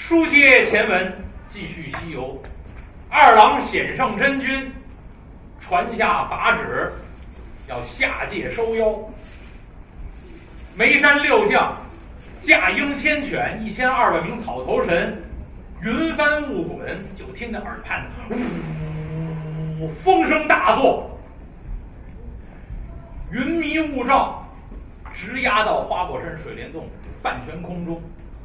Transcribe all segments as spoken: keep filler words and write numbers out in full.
书接前文，继续西游。二郎显圣真君传下法旨，要下界收妖。眉山六将驾鹰千犬一千二百名草头神，云翻雾滚，就听见耳畔呜风声大作，云迷雾罩，直压到花果山水帘洞半悬空中。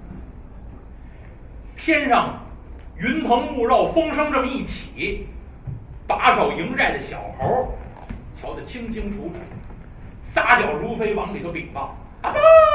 天上云腾雾绕，风声这么一起，把守营寨的小猴瞧得清清楚楚，撒脚如飞往里头禀报：啊，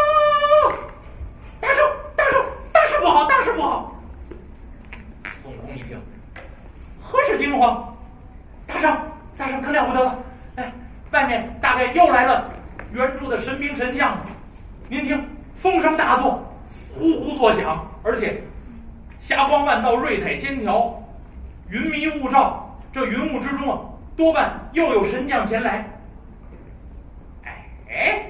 大圣，大圣，大事不好，大事不好！孙悟空一听，何事惊慌？大圣，大圣可了不得了！哎，外面大概又来了援助的神兵神将，您听，风声大作，呼呼作响，而且霞光万道，瑞彩千条，云迷雾罩，这云雾之中啊，多半又有神将前来。哎，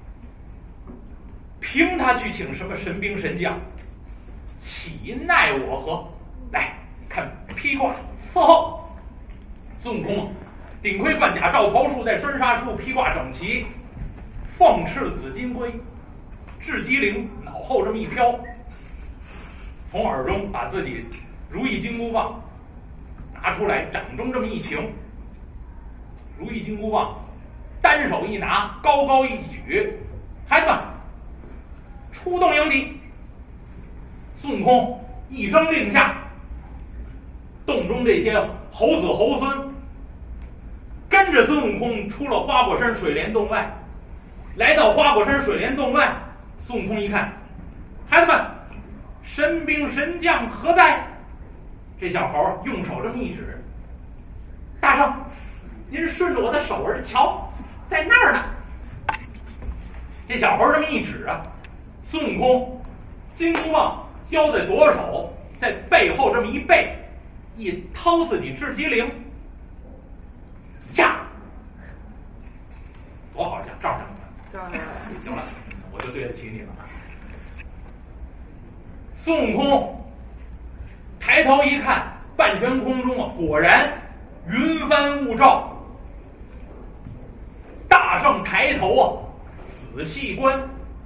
凭他去请什么神兵神将，岂奈我何？来看披挂伺候。孙悟空顶盔贯甲罩袍束带拴纱束，披挂整齐，凤翅紫金龟，雉鸡翎脑后这么一飘，从耳中把自己如意金箍棒拿出来，掌中这么一擎，如意金箍棒单手一拿，高高一举，孩子们出动迎敌。孙悟空一声令下，洞中这些猴子猴孙跟着孙悟空出了花果山水帘洞外。来到花果山水帘洞外，孙悟空一看，孩子们神兵神将何在？这小猴用手这么一指，大圣，您顺着我的手儿瞧，在那儿呢。这小猴这么一指啊，孙悟空金箍棒交在左手，在背后这么一背，一掏自己雉鸡翎，炸，多好讲，照上了，行了，我就对得起你了。孙悟空抬头一看，半悬空中啊，果然云翻雾罩。大圣抬头啊，仔细观，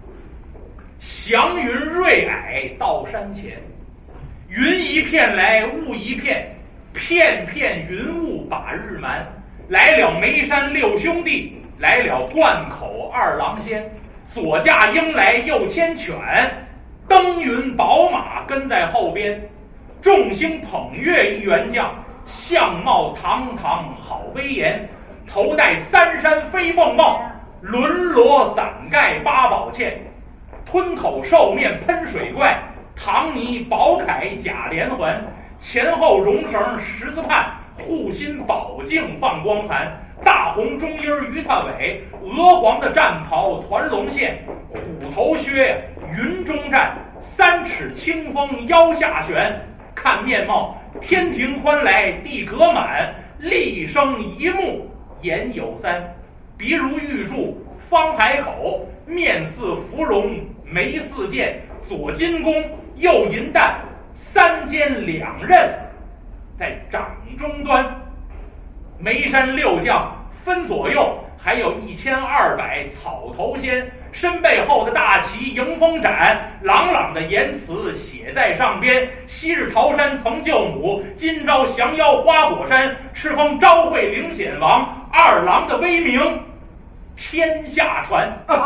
祥云瑞霭到山前，云一片来雾一片，片片云雾把日瞒。来了眉山六兄弟，来了灌口二郎仙，左驾鹰来右牵犬，登云宝马跟在后边，众星捧月一员将，相貌堂堂好威严，头戴三山飞凤帽，轮罗伞盖八宝剑，吞口兽面喷水怪，唐泥宝铠甲连环，前后绒绳十字判，护心宝镜放光寒，大红中衣鱼踏尾，鹅黄的战袍团龙线，虎头靴云中站，三尺清风腰下悬，看面貌天庭宽来地阁满，厉声一目言有三，鼻如玉柱方海口，面似芙蓉眉似剑，左金弓右银弹，三尖两刃在掌中端。眉山六将分左右，还有一千二百草头仙，身背后的大旗迎风展，朗朗的言辞写在上边：昔日桃山曾救母，今朝降妖花果山，赤峰昭会灵显王，二郎的威名天下传。二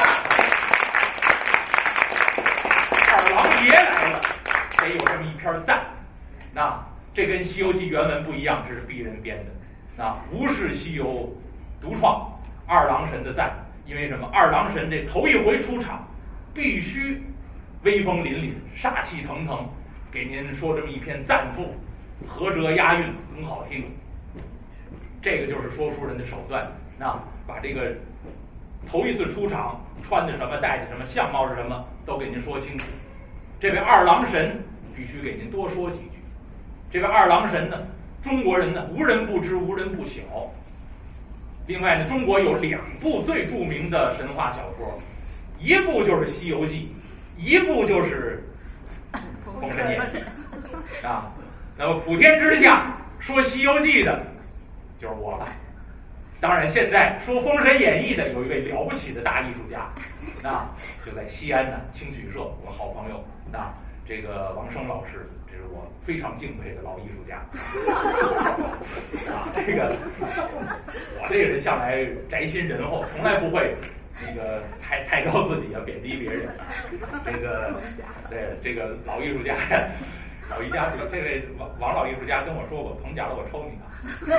郎爷来了，得有这么一篇赞。那这跟《西游记》原文不一样，这是鄙人编的。那无视西游独创二郎神的赞，因为什么？二郎神这头一回出场，必须威风凛凛、杀气腾腾，给您说这么一篇赞赋，合辙押韵，很好听。这个就是说书人的手段，那把这个头一次出场穿的什么、戴的什么、相貌是什么，都给您说清楚。这位二郎神必须给您多说几句。这位二郎神呢，中国人呢无人不知，无人不晓。另外呢，中国有两部最著名的神话小说，一部就是《西游记》，一部就是《 《封神演义》啊。那么普天之下说《西游记》的就是我了。当然，现在说《封神演义》的有一位了不起的大艺术家，那就在西安呢青曲社，我好朋友那这个王生老师，这是我非常敬佩的老艺术家。啊，这个我这个人向来宅心仁厚，从来不会那个抬抬高自己啊，贬低别人啊。这个对这个老艺术家呀。老艺术家，这位王王老艺术家跟我说过，彭家了我抽你啊！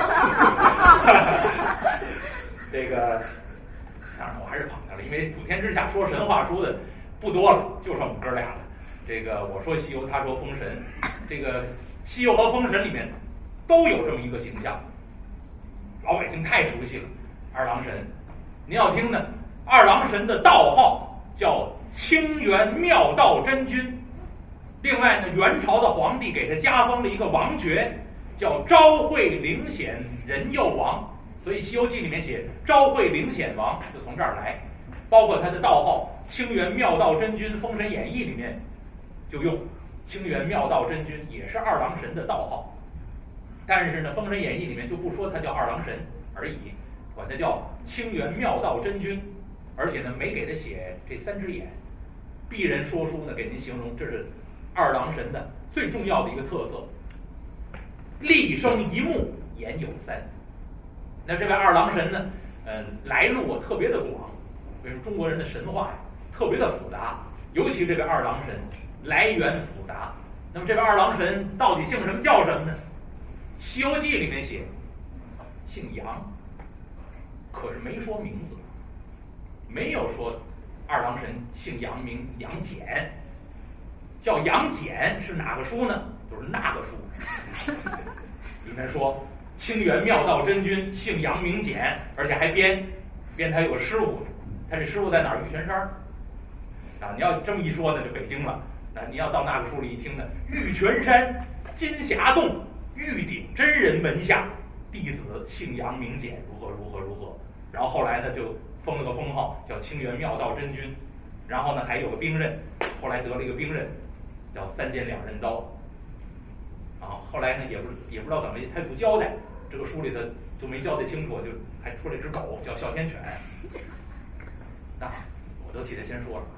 这个当然我还是捧他了，因为普天之下说神话书的不多了，就剩我们哥俩了。这个我说西游，他说封神，这个西游和封神里面都有这么一个形象，老百姓太熟悉了。二郎神，您要听呢，二郎神的道号叫清源妙道真君。另外呢，元朝的皇帝给他加封了一个王爵，叫昭惠灵显仁佑王，所以《西游记》里面写昭惠灵显王就从这儿来。包括他的道号清源妙道真君，《封神演义》里面就用清源妙道真君，也是二郎神的道号。但是呢，《封神演义》里面就不说他叫二郎神而已，管他叫清源妙道真君，而且呢没给他写这三只眼。鄙人说书呢，给您形容这是二郎神的最重要的一个特色，立生一目，眼有三。那这位二郎神呢，呃，来路特别的广，因为中国人的神话呀特别的复杂，尤其这个二郎神来源复杂。那么这位二郎神到底姓什么叫什么呢？《西游记》里面写姓杨，可是没说名字，没有说二郎神姓杨名杨戬。叫杨戬是哪个书呢？就是那个书，里面说清源妙道真君姓杨名戬，而且还编编他有个师傅，他这师傅在哪儿？玉泉山啊！你要这么一说呢，就北京了。那你要到那个书里一听呢，玉泉山金霞洞玉鼎真人门下弟子姓杨名戬，如何如何如何。然后后来呢，就封了个封号叫清源妙道真君，然后呢还有个兵刃，后来得了一个兵刃。叫三尖两刃刀，啊，后来呢也不也不知道怎么，他也不交代，这个书里头就没交代清楚，就还出来只狗叫哮天犬。那我都替他先说了，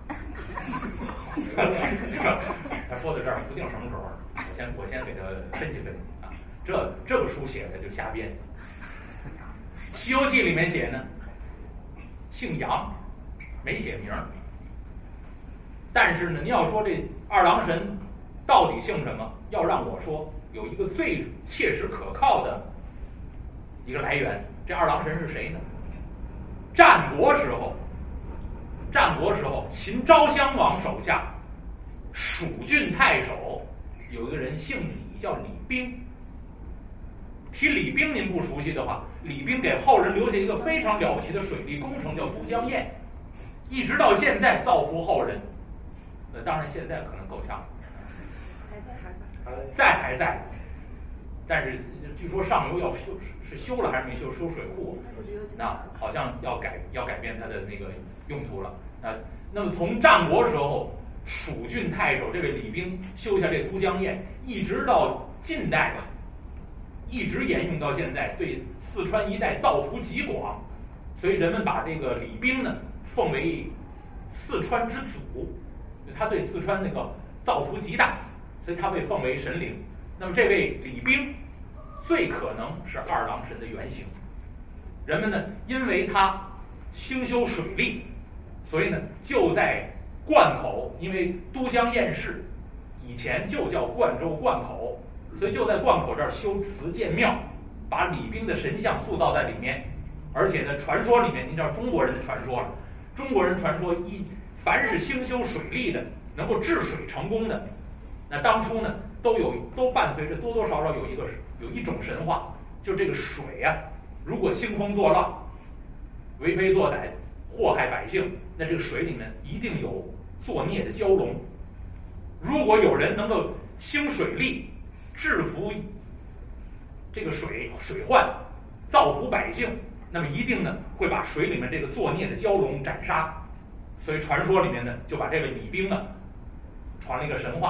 他说到这儿不定什么时候，我先我先给他分析分析啊，这这个书写的就瞎编。《西游记》里面写呢，姓杨，没写名。但是呢，你要说这二郎神到底姓什么？要让我说，有一个最切实可靠的一个来源。这二郎神是谁呢？战国时候，战国时候，秦昭襄王手下蜀郡太守有一个人姓李，叫李冰。提李冰，您不熟悉的话，李冰给后人留下一个非常了不起的水利工程，叫都江堰，一直到现在造福后人。呃，当然现在可能够呛，还在还在，在还在，但是据说上游要修，是修了还是没修？修水库，那好像要改要改变它的那个用途了。啊，那么从战国时候，蜀郡太守这位李冰修下这都江堰，一直到近代吧，一直沿用到现在，对四川一带造福极广，所以人们把这个李冰呢奉为四川之祖。他对四川那个造福极大，所以他被奉为神灵。那么这位李冰最可能是二郎神的原型。人们呢，因为他兴修水利，所以呢就在灌口，因为都江堰市以前就叫灌州灌口，所以就在灌口这儿修祠建庙，把李冰的神像塑造在里面。而且呢，传说里面，您知道中国人的传说了，中国人传说一。凡是兴修水利的，能够治水成功的，那当初呢，都有都伴随着多多少少有一个有一种神话，就这个水啊，如果兴风作浪、为非作歹、祸害百姓，那这个水里面一定有作孽的蛟龙。如果有人能够兴水利，制服这个水水患，造福百姓，那么一定呢会把水里面这个作孽的蛟龙斩杀。所以传说里面呢，就把这位李冰呢传了一个神话，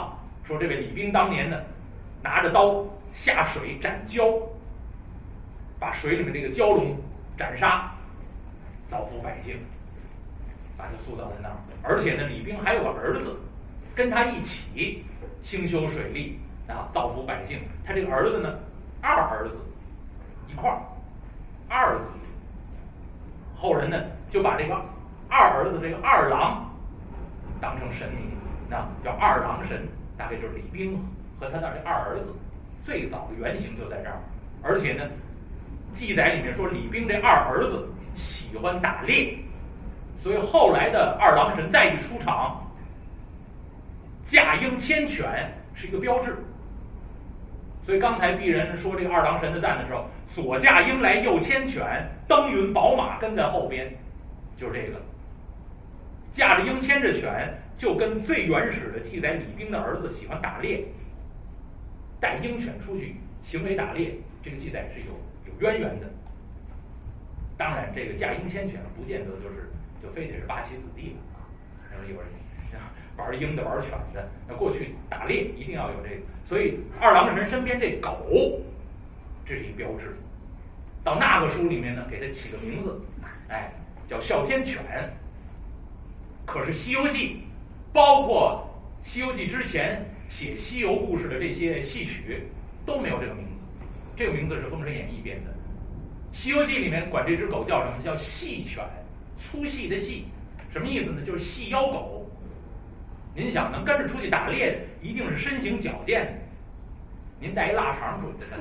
说这位李冰当年呢，拿着刀下水斩蛟，把水里面这个蛟龙斩杀，造福百姓，把他塑造在那儿。而且呢，李冰还有个儿子，跟他一起兴修水利啊，造福百姓。他这个儿子呢，二儿子一块儿，二子。后人呢就把这个二儿子这个二郎当成神明，那叫二郎神，大概就是李冰和他的这二儿子最早的原型就在这儿。而且呢，记载里面说李冰这二儿子喜欢打猎，所以后来的二郎神再一出场，驾鹰牵犬是一个标志。所以刚才鄙人说这个二郎神的赞的时候，左驾鹰来右牵犬，登云宝马跟在后边，就是这个驾着鹰牵着犬，就跟最原始的记载李冰的儿子喜欢打猎，带鹰犬出去行为打猎，这个记载是有有渊源的。当然，这个驾鹰牵犬不见得就是就非得是八旗子弟了啊，然后有人玩鹰的玩犬的，那过去打猎一定要有这个。所以二郎神身边这狗，这是一标志。到那个书里面呢，给它起个名字，哎，叫哮天犬。可是《西游记》，包括《西游记》之前写西游故事的这些戏曲，都没有这个名字。这个名字是《封神演义》编的。《西游记》里面管这只狗叫什么？叫细犬，粗细的细，什么意思呢？就是细腰狗。您想能跟着出去打猎，一定是身形矫健的。您带一腊肠出去，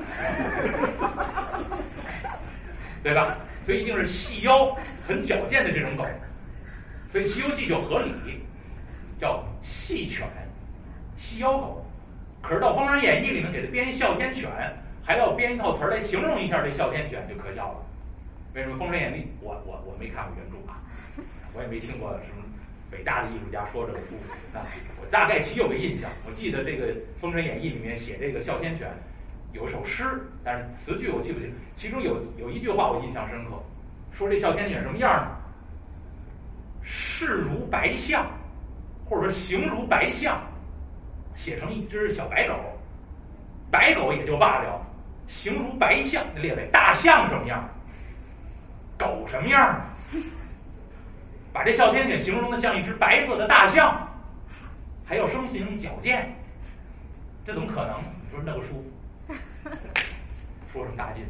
对吧？所以一定是细腰、很矫健的这种狗。所以《西游记》就合理，叫细犬、细腰狗。可是到《封神演义》里面给它编一哮天犬，还要编一套词儿来形容一下这哮天犬，就可笑了。为什么《封神演义》我我我没看过原著啊，我也没听过什么伟大的艺术家说这个书，那我大概其有个印象。我记得这个《封神演义》里面写这个哮天犬有一首诗，但是词句我记不清。其中有有一句话我印象深刻，说这哮天犬什么样呢？视如白象，或者说形如白象，写成一只小白狗。白狗也就罢了，形如白象。列位，大象什么样？狗什么样？把这哮天犬形容的像一只白色的大象，还要身形矫健，这怎么可能？你说那个书说什么大劲，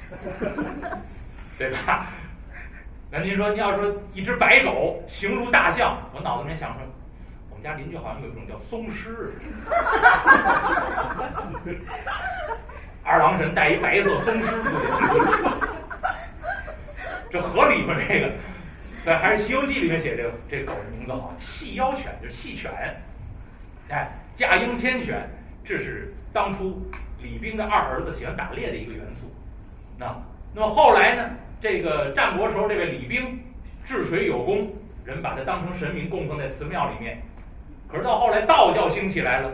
对吧？那您说，你要说一只白狗形如大象，我脑子里面想说，我们家邻居好像有一种叫松狮，二郎神带一白色松狮出去，这合理吗？这个？所以还是《西游记》里面写这个这个狗的名字好，细腰犬就是细犬，哎，驾鹰牵犬，这是当初李冰的二儿子喜欢打猎的一个元素。那那么后来呢，这个战国时候这位李冰治水有功，人把他当成神明供奉在寺庙里面。可是到后来道教兴起来了，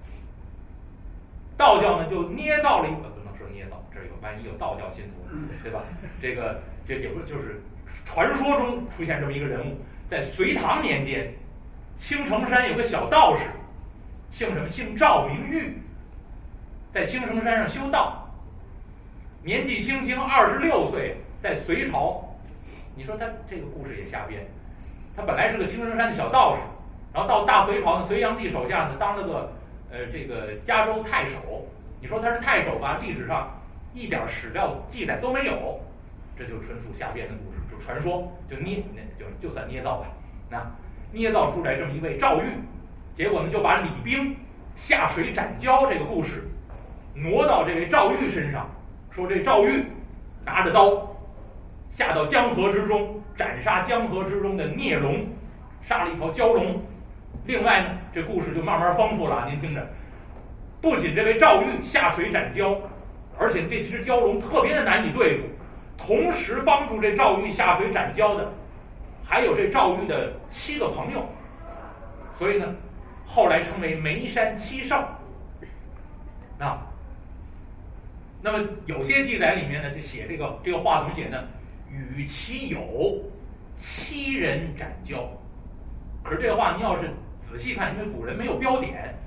道教呢就捏造了一个，不能说捏造，这有万一有道教信徒，对吧？这个这也不就是传说中出现这么一个人物，在隋唐年间，青城山有个小道士，姓什么？姓赵，名玉，在青城山上修道，年纪轻轻二十六岁，在隋朝，你说他这个故事也瞎编。他本来是个青城山的小道士，然后到大隋朝呢，隋炀帝手下呢当了个呃这个嘉州太守。你说他是太守吧，历史上一点史料记载都没有，这就纯属瞎编的故事，就传说，就捏，就就算捏造吧。那捏造出来这么一位赵玉，结果呢就把李冰下水斩蛟这个故事挪到这位赵玉身上，说这赵玉拿着刀下到江河之中，斩杀江河之中的孽龙，杀了一条蛟龙。另外呢，这故事就慢慢丰富了，您听着，不仅这位赵玉下水斩蛟，而且这只蛟龙特别的难以对付，同时帮助这赵玉下水斩蛟的还有这赵玉的七个朋友，所以呢后来称为眉山七圣。啊，那么有些记载里面呢就写这个这个话怎么写呢？与其有七人斩蛟。可是这个话您要是仔细看，因为古人没有标点，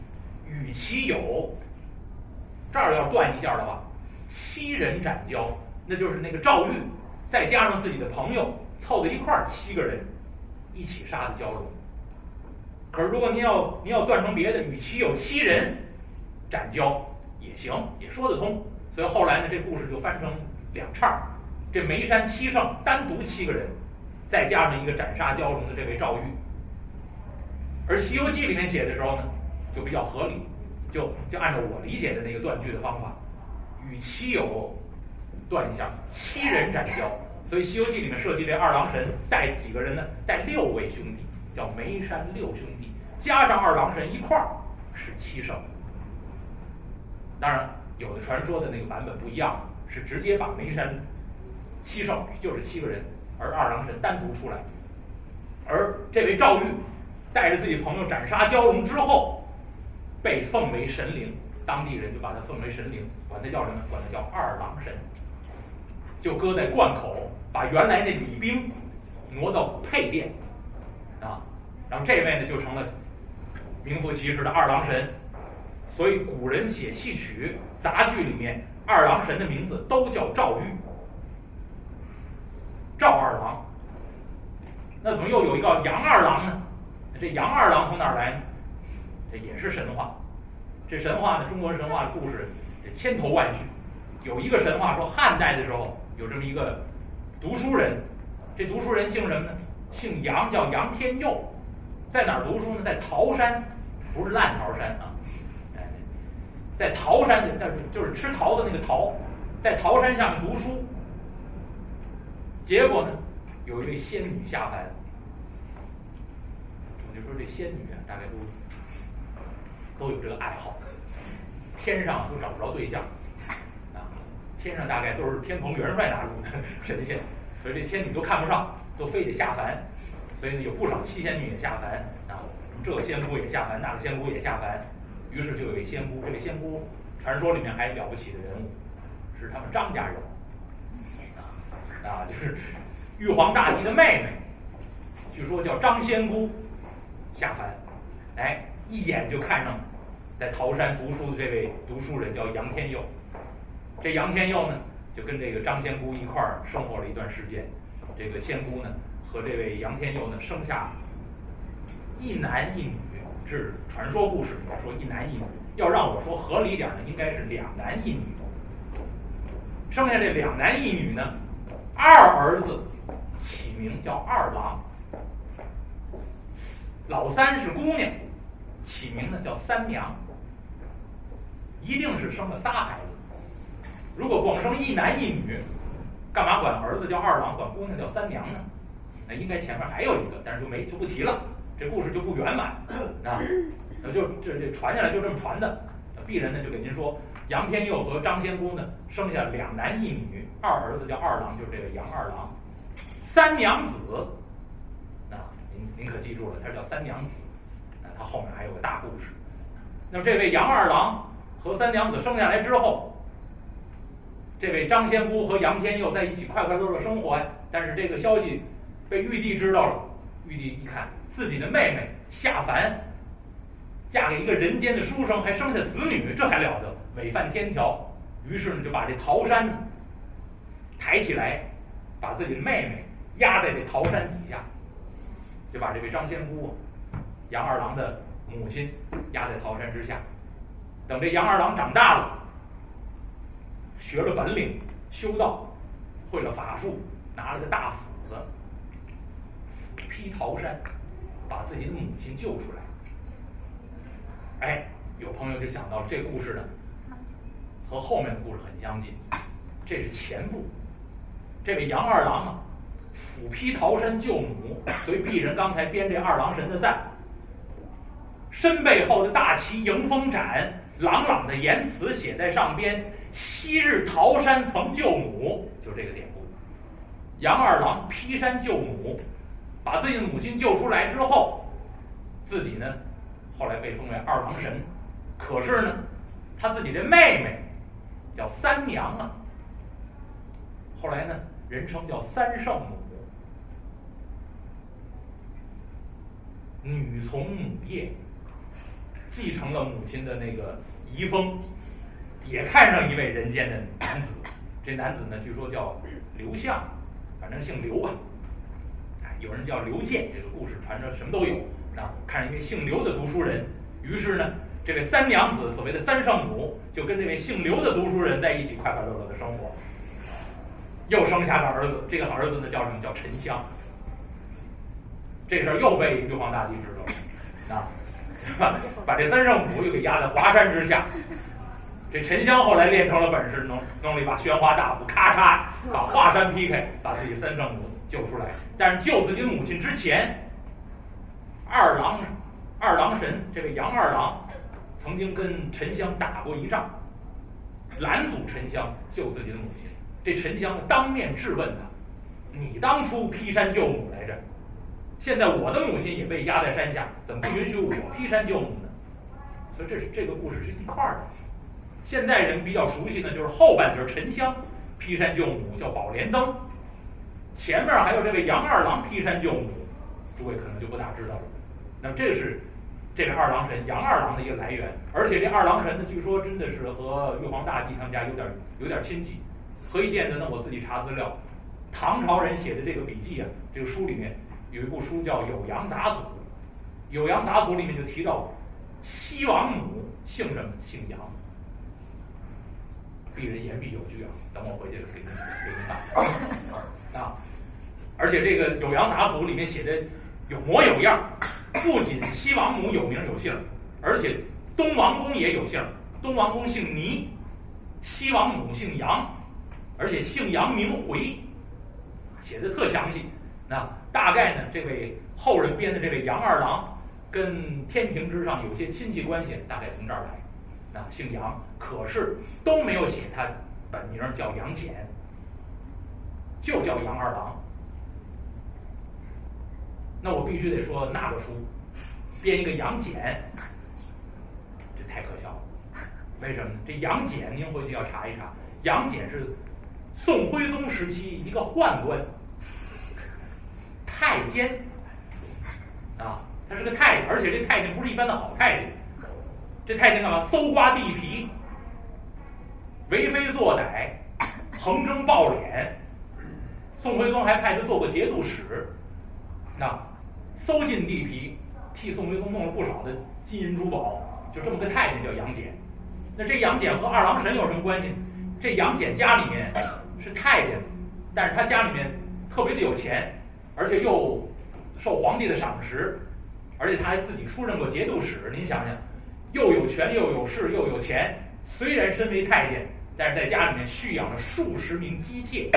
与其有，这儿要断一下的话，七人斩蛟，那就是那个赵玉再加上自己的朋友凑在一块儿，七个人一起杀的蛟龙。可是如果您要您要断成别的，与其有七人斩蛟也行，也说得通。所以后来呢，这故事就翻成两岔，这眉山七圣单独七个人，再加上一个斩杀蛟龙的这位赵玉。而《西游记》里面写的时候呢，就比较合理，就就按照我理解的那个断句的方法，与其有断一下，七人斩蛟。所以《西游记》里面设计这二郎神带几个人呢？带六位兄弟，叫眉山六兄弟，加上二郎神一块儿是七圣。当然，有的传说的那个版本不一样，是直接把眉山七圣就是七个人，而二郎神单独出来。而这位赵玉带着自己朋友斩杀蛟龙之后，被奉为神灵，当地人就把他奉为神灵，管他叫什么？管他叫二郎神。就搁在灌口，把原来那礼兵挪到配殿啊，然后这位呢就成了名副其实的二郎神。所以古人写戏曲杂剧里面，二郎神的名字都叫赵玉，赵二郎。那怎么又有一个杨二郎呢？这杨二郎从哪儿来呢？这也是神话。这神话呢，中国神话的故事这千头万绪。有一个神话说，汉代的时候有这么一个读书人，这读书人姓什么呢？姓杨，叫杨天佑。在哪儿读书呢？在桃山，不是烂桃山啊，在桃山，但是就是吃桃子那个桃，在桃山下面读书。结果呢，有一位仙女下凡。我就说这仙女啊，大概都都有这个爱好，天上都找不着对象啊，天上大概都是天蓬元帅那路的神仙，所以这天女都看不上，都非得下凡。所以呢，有不少七仙女也下凡啊，这个仙姑也下凡，那个仙姑也下凡。于是就有一仙姑，这个仙姑传说里面还了不起的人物，是他们张家人啊，就是玉皇大帝的妹妹，据说叫张仙姑下凡，哎，一眼就看上在桃山读书的这位读书人，叫杨天佑。这杨天佑呢，就跟这个张仙姑一块儿生活了一段时间。这个仙姑呢，和这位杨天佑呢，生下一男一女。是传说故事里面说一男一女，要让我说合理点呢，应该是两男一女。剩下这两男一女呢，二儿子起名叫二郎，老三是姑娘，起名呢叫三娘。一定是生了仨孩子。如果光生一男一女，干嘛管儿子叫二郎，管姑娘叫三娘呢？那应该前面还有一个，但是就没就不提了。这故事就不圆满啊，就这这传下来就这么传的。鄙人呢就给您说，杨天佑和张仙姑呢生下两男一女，二儿子叫二郎，就是这个杨二郎。三娘子啊，您您可记住了，他是叫三娘子。啊，他后面还有个大故事。那么这位杨二郎和三娘子生下来之后，这位张仙姑和杨天佑在一起快快乐乐生活呀。但是这个消息被玉帝知道了，玉帝一看自己的妹妹下凡，嫁给一个人间的书生，还生下子女，这还了得，违犯天条。于是呢，就把这桃山呢抬起来，把自己的妹妹压在这桃山底下，就把这位张仙姑、杨二郎的母亲压在桃山之下。等这杨二郎长大了，学了本领，修道，会了法术，拿了个大斧子，斧劈桃山，把自己的母亲救出来。哎，有朋友就想到了这故事呢，和后面的故事很相近。这是前部，这位杨二郎啊，斧劈桃山救母，所以鄙人刚才编这二郎神的赞。身背后的大旗迎风展，朗朗的言辞写在上边，昔日桃山曾救母，就这个典故。杨二郎劈山救母，把自己的母亲救出来之后，自己呢后来被封为二郎神。可是呢，他自己的妹妹叫三娘啊，后来呢人称叫三圣母。女从母业， 继承了母亲的那个遗风，也看上一位人间的男子。这男子呢，据说叫刘向，反正姓刘吧。有人叫刘建，这个故事传着什么都有。啊，看上一位姓刘的读书人，于是呢，这位三娘子，所谓的三圣母，就跟这位姓刘的读书人在一起快快乐乐的生活。又生下个儿子，这个儿子呢叫什么？叫沉香。这事儿又被玉皇大帝知道了，啊，把这三圣母又给压在华山之下。这沉香后来练成了本事，弄弄了一把宣花大斧，咔嚓把华山劈开，把自己三圣母救出来。但是救自己母亲之前，二郎二郎神这位杨二郎曾经跟沉香打过一仗，拦阻沉香救自己的母亲。这沉香当面质问他：“你当初劈山救母来着，现在我的母亲也被压在山下，怎么不允许我劈山救母呢？”所以这是这个故事是一块儿的。现在人比较熟悉呢，就是后半截沉香劈山救母叫宝莲灯，前面还有这位杨二郎劈山救母，诸位可能就不大知道了。那么这个是这位二郎神杨二郎的一个来源，而且这二郎神呢，据说真的是和玉皇大帝他们家有点有点亲戚。何以见得呢？我自己查资料，唐朝人写的这个笔记啊，这个书里面有一部书叫《酉阳杂俎》，《酉阳杂俎》里面就提到西王母姓什么？姓杨。鄙人言必有据啊，等我回去给您给您打啊！而且这个《酉阳杂俎》里面写的有模有样，不仅西王母有名有姓，而且东王公也有姓。东王公姓倪，西王母姓杨，而且姓杨名回，写的特详细。那大概呢，这位后人编的这位杨二郎跟天庭之上有些亲戚关系，大概从这儿来。啊，姓杨，可是都没有写他本名叫杨戬，就叫杨二郎。那我必须得说，那个书编一个杨戬，这太可笑了。为什么呢？这杨戬您回去要查一查，杨戬是宋徽宗时期一个宦官，太监啊，他是个太监，而且这太监不是一般的好太监。这太监干嘛？搜刮地皮，为非作歹，横征暴敛。宋徽宗还派他做过节度使，那搜尽地皮，替宋徽宗弄了不少的金银珠宝。就这么个太监叫杨戬。那这杨戬和二郎神有什么关系？这杨戬家里面是太监，但是他家里面特别的有钱，而且又受皇帝的赏识，而且他还自己出任过节度使。您想想。又有权又有势又有钱，虽然身为太监，但是在家里面蓄养了数十名姬妾，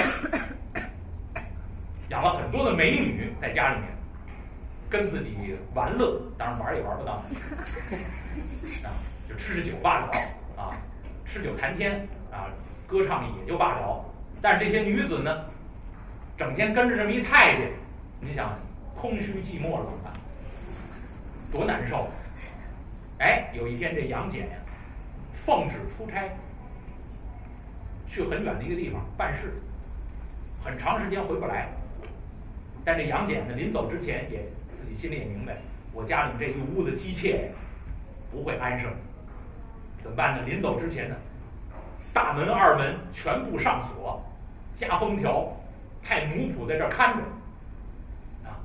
养了很多的美女在家里面，跟自己玩乐，当然玩也玩不到，啊，就吃吃酒罢了啊，吃酒谈天啊，歌唱也就罢了。但是这些女子呢，整天跟着这么一太监，你想空虚寂寞了怎么办？多难受！哎，有一天这杨戬呀，奉旨出差，去很远的一个地方办事，很长时间回不来。但这杨戬呢，临走之前也自己心里也明白，我家里这一屋子姬妾不会安生，怎么办呢？临走之前呢，大门二门全部上锁，加封条，派奴仆在这儿看着，啊，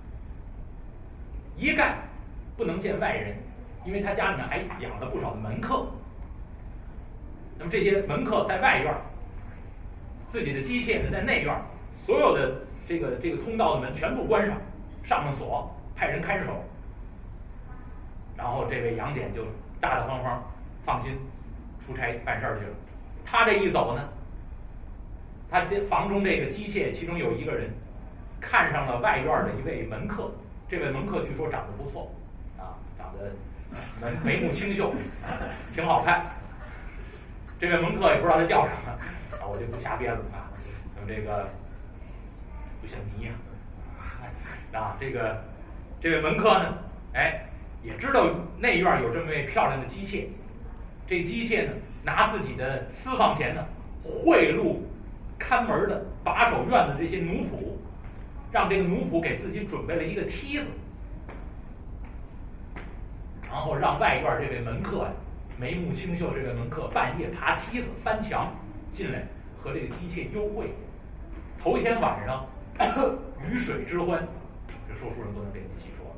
一概不能见外人。因为他家里面还养了不少的门客，那么这些门客在外院，自己的姬妾呢在内院，所有的这个这个通道的门全部关上，上上锁，派人看守。然后这位杨戬就大大方方放心出差办事儿去了。他这一走呢，他这房中这个姬妾其中有一个人看上了外院的一位门客，这位门客据说长得不错啊，长得眉眉目清秀，挺好看。这位门客也不知道他叫什么，啊，我就不瞎编了啊。那么这个不像你呀，啊，这个这位门客呢，哎，也知道内院有这么位漂亮的姬妾，这姬妾呢，拿自己的私房钱呢，贿赂看门的把守院的这些奴仆，让这个奴仆给自己准备了一个梯子。 然后让外院这位门客呀，眉目清秀这位门客半夜爬梯子翻墙进来和这个姬妾幽会。头一天晚上鱼水之欢，这说书人不能跟你细说了。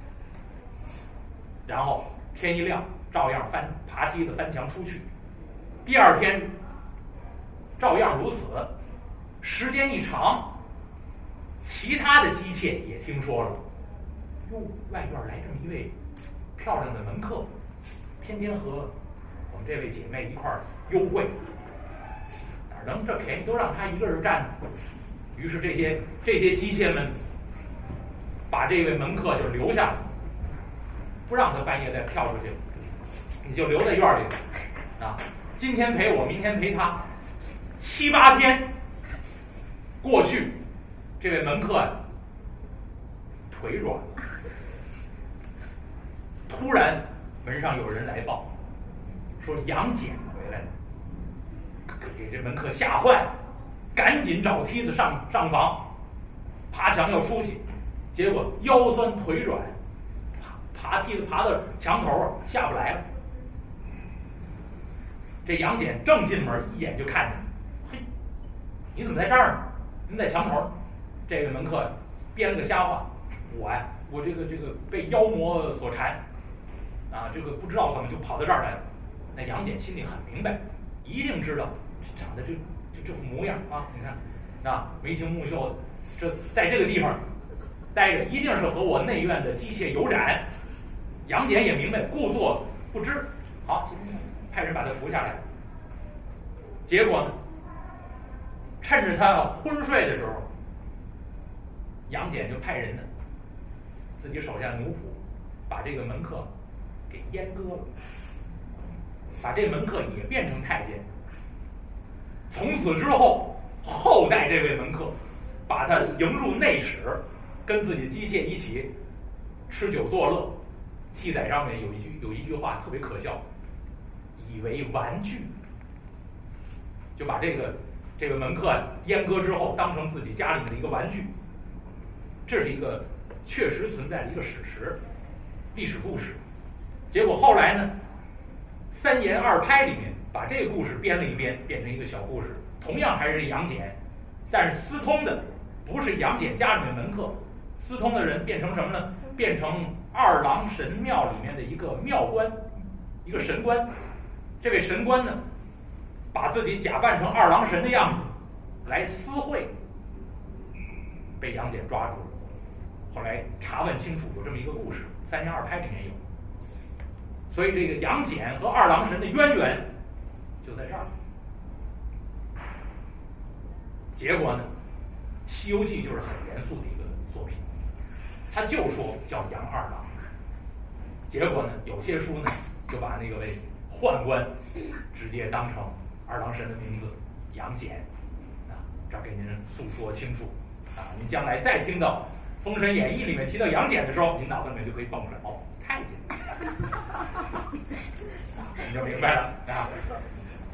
然后天一亮，照样翻爬梯子翻墙出去。第二天照样如此。时间一长，其他的姬妾也听说了，哟，外院来这么一位漂亮的门客，天天和我们这位姐妹一块儿幽会，哪能这便宜都让他一个人占呢？于是这些这些姬妾们把这位门客就留下了，不让他半夜再跳出去，你就留在院里啊，今天陪我，明天陪他，七八天过去，这位门客呀腿软了。突然门上有人来报，说杨戬回来了，给这门客吓坏了，赶紧找梯子上上房，爬墙要出去，结果腰酸腿软，爬爬梯子爬到墙头啊下不来了。这杨戬正进门，一眼就看见，嘿，你怎么在这儿呢？你在墙头。这位门客编了个瞎话，我呀，我这个这个被妖魔所缠，啊，这个不知道怎么就跑到这儿来了。那杨戬心里很明白，一定知道长得这这这副模样啊，你看，啊，眉清目秀的，这在这个地方待着，一定是和我内院的姬妾有染。杨戬也明白，故作不知。好，派人把他扶下来。结果呢，趁着他昏睡的时候，杨戬就派人呢，自己手下奴仆把这个门客给阉割了，把这门客也变成太监。从此之后，后代这位门客把他迎入内室，跟自己姬妾一起吃酒作乐。记载上面有一句有一句话特别可笑，以为玩具，就把这个这个门客阉割之后当成自己家里面的一个玩具。这是一个确实存在的一个史实，历史故事。结果后来呢，三言二拍里面把这个故事编了一编，变成一个小故事，同样还是杨戬，但是私通的不是杨戬家里面门客，私通的人变成什么呢？变成二郎神庙里面的一个庙官，一个神官。这位神官呢，把自己假扮成二郎神的样子来私会，被杨戬抓住了。后来查问清楚，有这么一个故事，三言二拍里面有。所以这个杨戬和二郎神的渊源就在这儿。结果呢，《西游记》就是很严肃的一个作品，他就说叫杨二郎。结果呢，有些书呢就把那个位宦官直接当成二郎神的名字杨戬啊，这儿给您诉说清楚啊。您将来再听到《封神演义》里面提到杨戬的时候，您脑子里面就可以蹦出来，哦，太监，你就明白了啊。